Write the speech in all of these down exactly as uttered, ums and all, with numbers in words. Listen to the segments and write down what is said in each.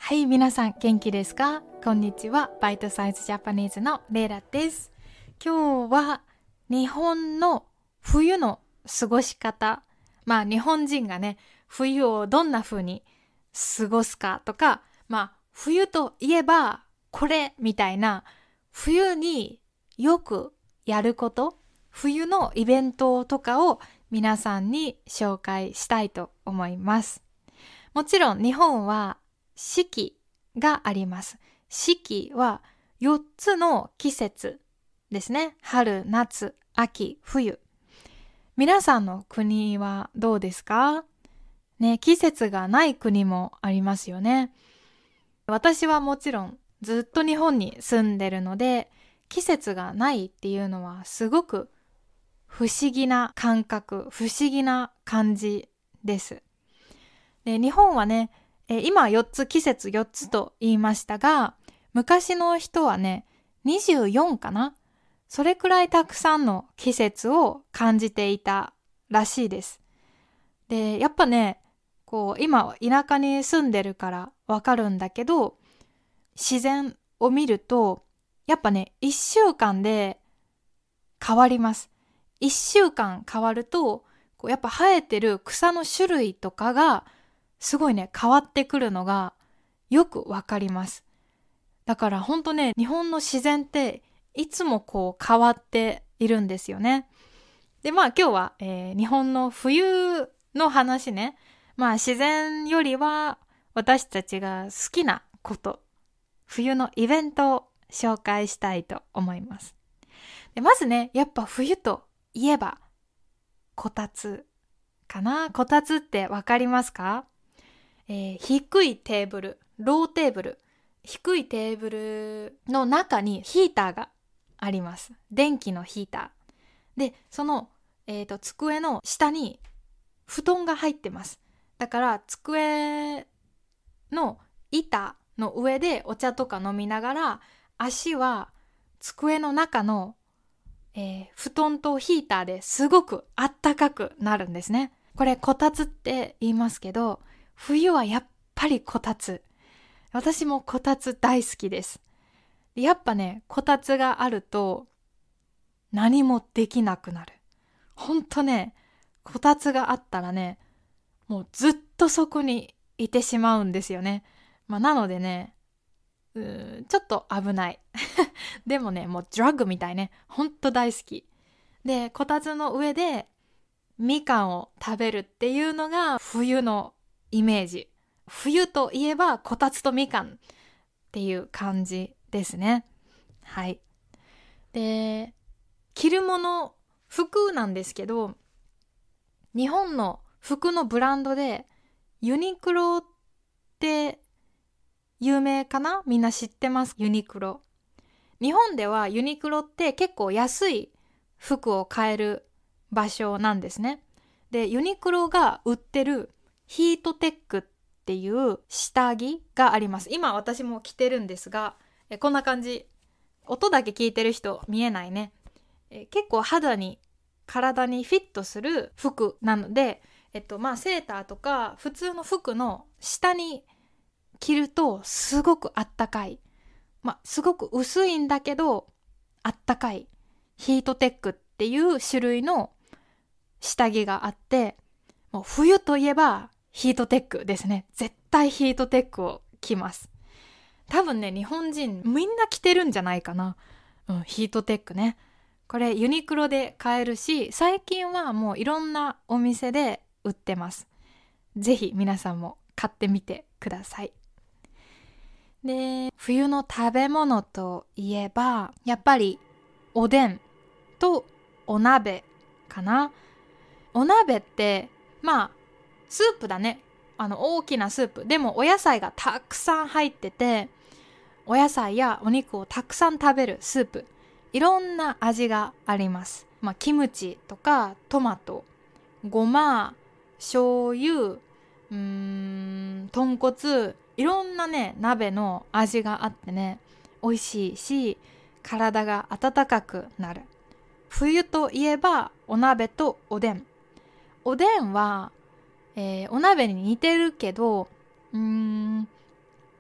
はい、皆さん元気ですか？こんにちは。バイトサイズジャパニーズのレイラです。今日は日本の冬の過ごし方、まあ日本人がね、冬をどんな風に過ごすかとか、まあ冬といえばこれみたいな、冬によくやること、冬のイベントとかを皆さんに紹介したいと思います。もちろん日本は四季があります。四季はよっつの季節ですね。春、夏、秋、冬。皆さんの国はどうですか？ね、季節がない国もありますよね。私はもちろんずっと日本に住んでるので、季節がないっていうのはすごく不思議な感覚、不思議な感じです。で、日本はね、え今よっつ、季節よっつと言いましたが、昔の人はね、にじゅうよんかな？それくらいたくさんの季節を感じていたらしいです。で、やっぱね、こう、今田舎に住んでるからわかるんだけど、自然を見ると、やっぱね、いっしゅうかんで変わります。いっしゅうかん変わると、こうやっぱ生えてる草の種類とかが、すごいね、変わってくるのがよくわかります。だからほんとね、日本の自然っていつもこう変わっているんですよね。で、まあ今日は、えー日本の冬の話ね。まあ自然よりは私たちが好きなこと、冬のイベントを紹介したいと思います。で、まずね、やっぱ冬といえばこたつかな。こたつってわかりますか？えー低いテーブル、ローテーブル、低いテーブルの中にヒーターがあります。電気のヒーター。で、その、えーと、机の下に布団が入ってます。だから机の板の上でお茶とか飲みながら、足は机の中の、えー布団とヒーターですごくあったかくなるんですね。これこたつって言いますけど、冬はやっぱりこたつ。私もこたつ大好きです。やっぱね、こたつがあると何もできなくなる。ほんとね、こたつがあったらね、もうずっとそこにいてしまうんですよね。まあ、なのでね、うーん、ちょっと危ない。でもね、もうドラッグみたいね。ほんと大好き。で、こたつの上でみかんを食べるっていうのが冬のイメージ。冬といえばこたつとみかんっていう感じですね。はい。で、着るもの、服なんですけど、日本の服のブランドでユニクロって有名かな？みんな知ってます？ユニクロ。日本ではユニクロって結構安い服を買える場所なんですね。で、ユニクロが売ってるヒートテックっていう下着があります。今私も着てるんですが、えこんな感じ。音だけ聞いてる人見えないね。え結構肌に、体にフィットする服なので、えっとまあセーターとか普通の服の下に着るとすごくあったかい。まあすごく薄いんだけどあったかいヒートテックっていう種類の下着があって、もう冬といえばヒートテックですね。絶対ヒートテックを着ます。多分ね、日本人みんな着てるんじゃないかな。うん、ヒートテックね。これユニクロで買えるし、最近はもういろんなお店で売ってます。ぜひ皆さんも買ってみてください。で、冬の食べ物といえば、やっぱりおでんとお鍋かな。お鍋って、まあ、スープだね。あの、大きなスープ。でもお野菜がたくさん入ってて、お野菜やお肉をたくさん食べるスープ。いろんな味があります。まあ、キムチとかトマト、ごま、醤油、うーん、豚骨、いろんなね、鍋の味があってね、美味しいし、体が温かくなる。冬といえばお鍋とおでん。おでんは、えーお鍋に似てるけど、うーん、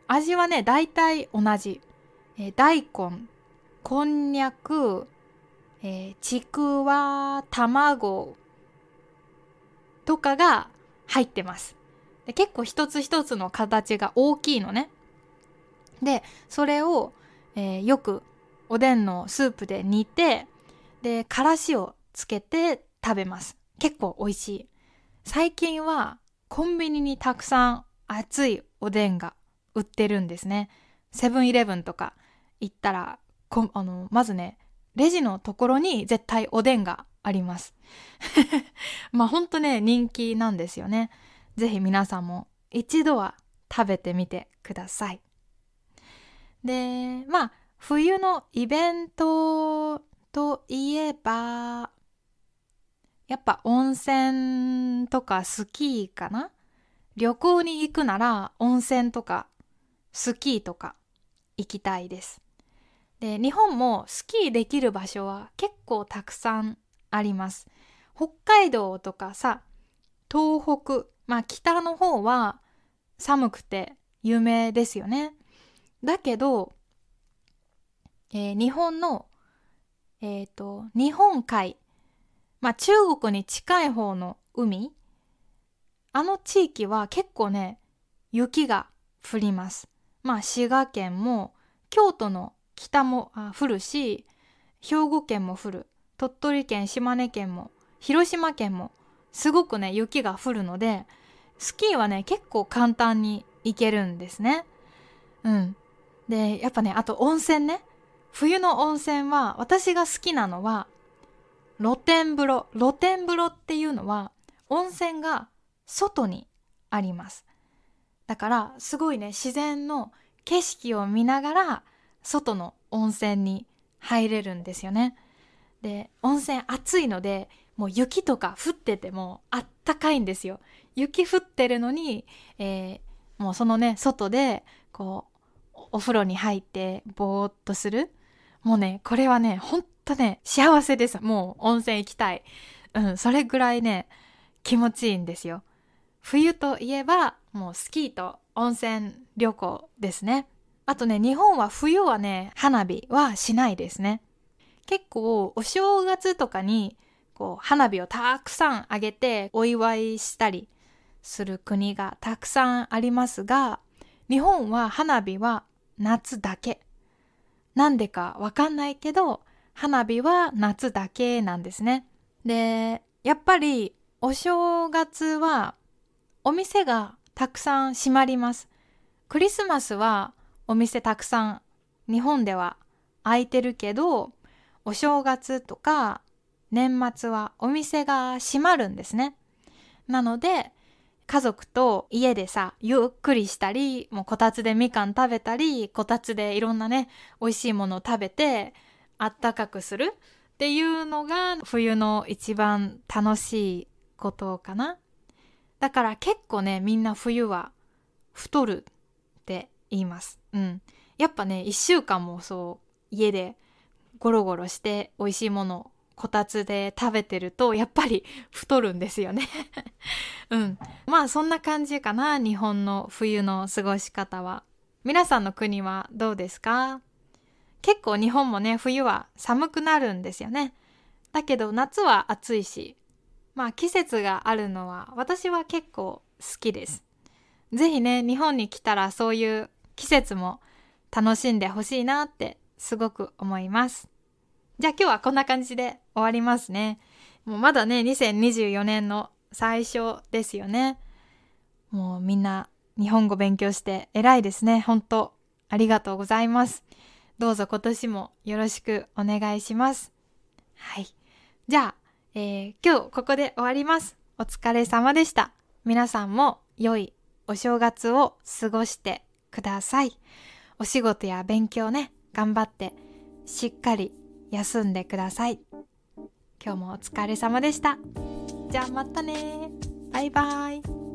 味はね大体同じ、えー、大根、こんにゃく、えー、ちくわ、卵とかが入ってます。で結構一つ一つの形が大きいのね。でそれを、えー、よくおでんのスープで煮て、でからしをつけて食べます。結構美味しい。最近はコンビニにたくさん熱いおでんが売ってるんですね。セブンイレブンとか行ったらこあのまずねレジのところに絶対おでんがありますまあほんとね人気なんですよね。ぜひ皆さんも一度は食べてみてください。でまあ冬のイベントといえばやっぱ温泉とかスキーかな。旅行に行くなら温泉とかスキーとか行きたいです。で日本もスキーできる場所は結構たくさんあります。北海道とかさ、東北、まあ北の方は寒くて有名ですよね。だけど、えー日本の、えーと、日本海、まあ中国に近い方の海、あの地域は結構ね、雪が降ります。まあ滋賀県も京都の北もあ降るし、兵庫県も降る。鳥取県、島根県も、広島県もすごくね、雪が降るので、スキーはね、結構簡単に行けるんですね。うん。で、やっぱね、あと温泉ね。冬の温泉は、私が好きなのは、露天風呂。露天風呂っていうのは、温泉が外にあります。だから、すごいね、自然の景色を見ながら、外の温泉に入れるんですよね。で、温泉暑いので、もう雪とか降っててもあったかいんですよ。雪降ってるのに、えー、もうそのね、外で、こう、お風呂に入ってぼーっとする。もうね、これはね、ほんとね、幸せです。もう温泉行きたい。うん、それぐらいね、気持ちいいんですよ。冬といえば、もうスキーと温泉旅行ですね。あとね、日本は冬はね、花火はしないですね。結構、お正月とかに、こう、花火をたくさんあげてお祝いしたりする国がたくさんありますが、日本は花火は夏だけ。なんでかわかんないけど、花火は夏だけなんですね。で、やっぱりお正月はお店がたくさん閉まります。クリスマスはお店たくさん日本では開いてるけど、お正月とか年末はお店が閉まるんですね。なので家族と家でさ、ゆっくりしたり、もうこたつでみかん食べたり、こたつでいろんなね、美味しいものを食べてあったかくするっていうのが冬の一番楽しいことかな。だから結構ね、みんな冬は太るって言います。うん。やっぱね、一週間もそう家でゴロゴロして美味しいものをこたつで食べてるとやっぱり太るんですよねうん。まあそんな感じかな、日本の冬の過ごし方は。皆さんの国はどうですか？結構日本もね、冬は寒くなるんですよね。だけど夏は暑いし、まあ季節があるのは私は結構好きです。ぜひね、日本に来たらそういう季節も楽しんでほしいなってすごく思います。じゃあ今日はこんな感じで終わりますね。もうまだね、にせんにじゅうよねんの最初ですよね。もうみんな日本語勉強して偉いですね。本当ありがとうございます。どうぞ今年もよろしくお願いします。はい。じゃあ、えー、今日ここで終わります。お疲れ様でした。皆さんも良いお正月を過ごしてください。お仕事や勉強ね、頑張ってしっかり休んでください。今日もお疲れ様でした。じゃあまたね。バイバイ。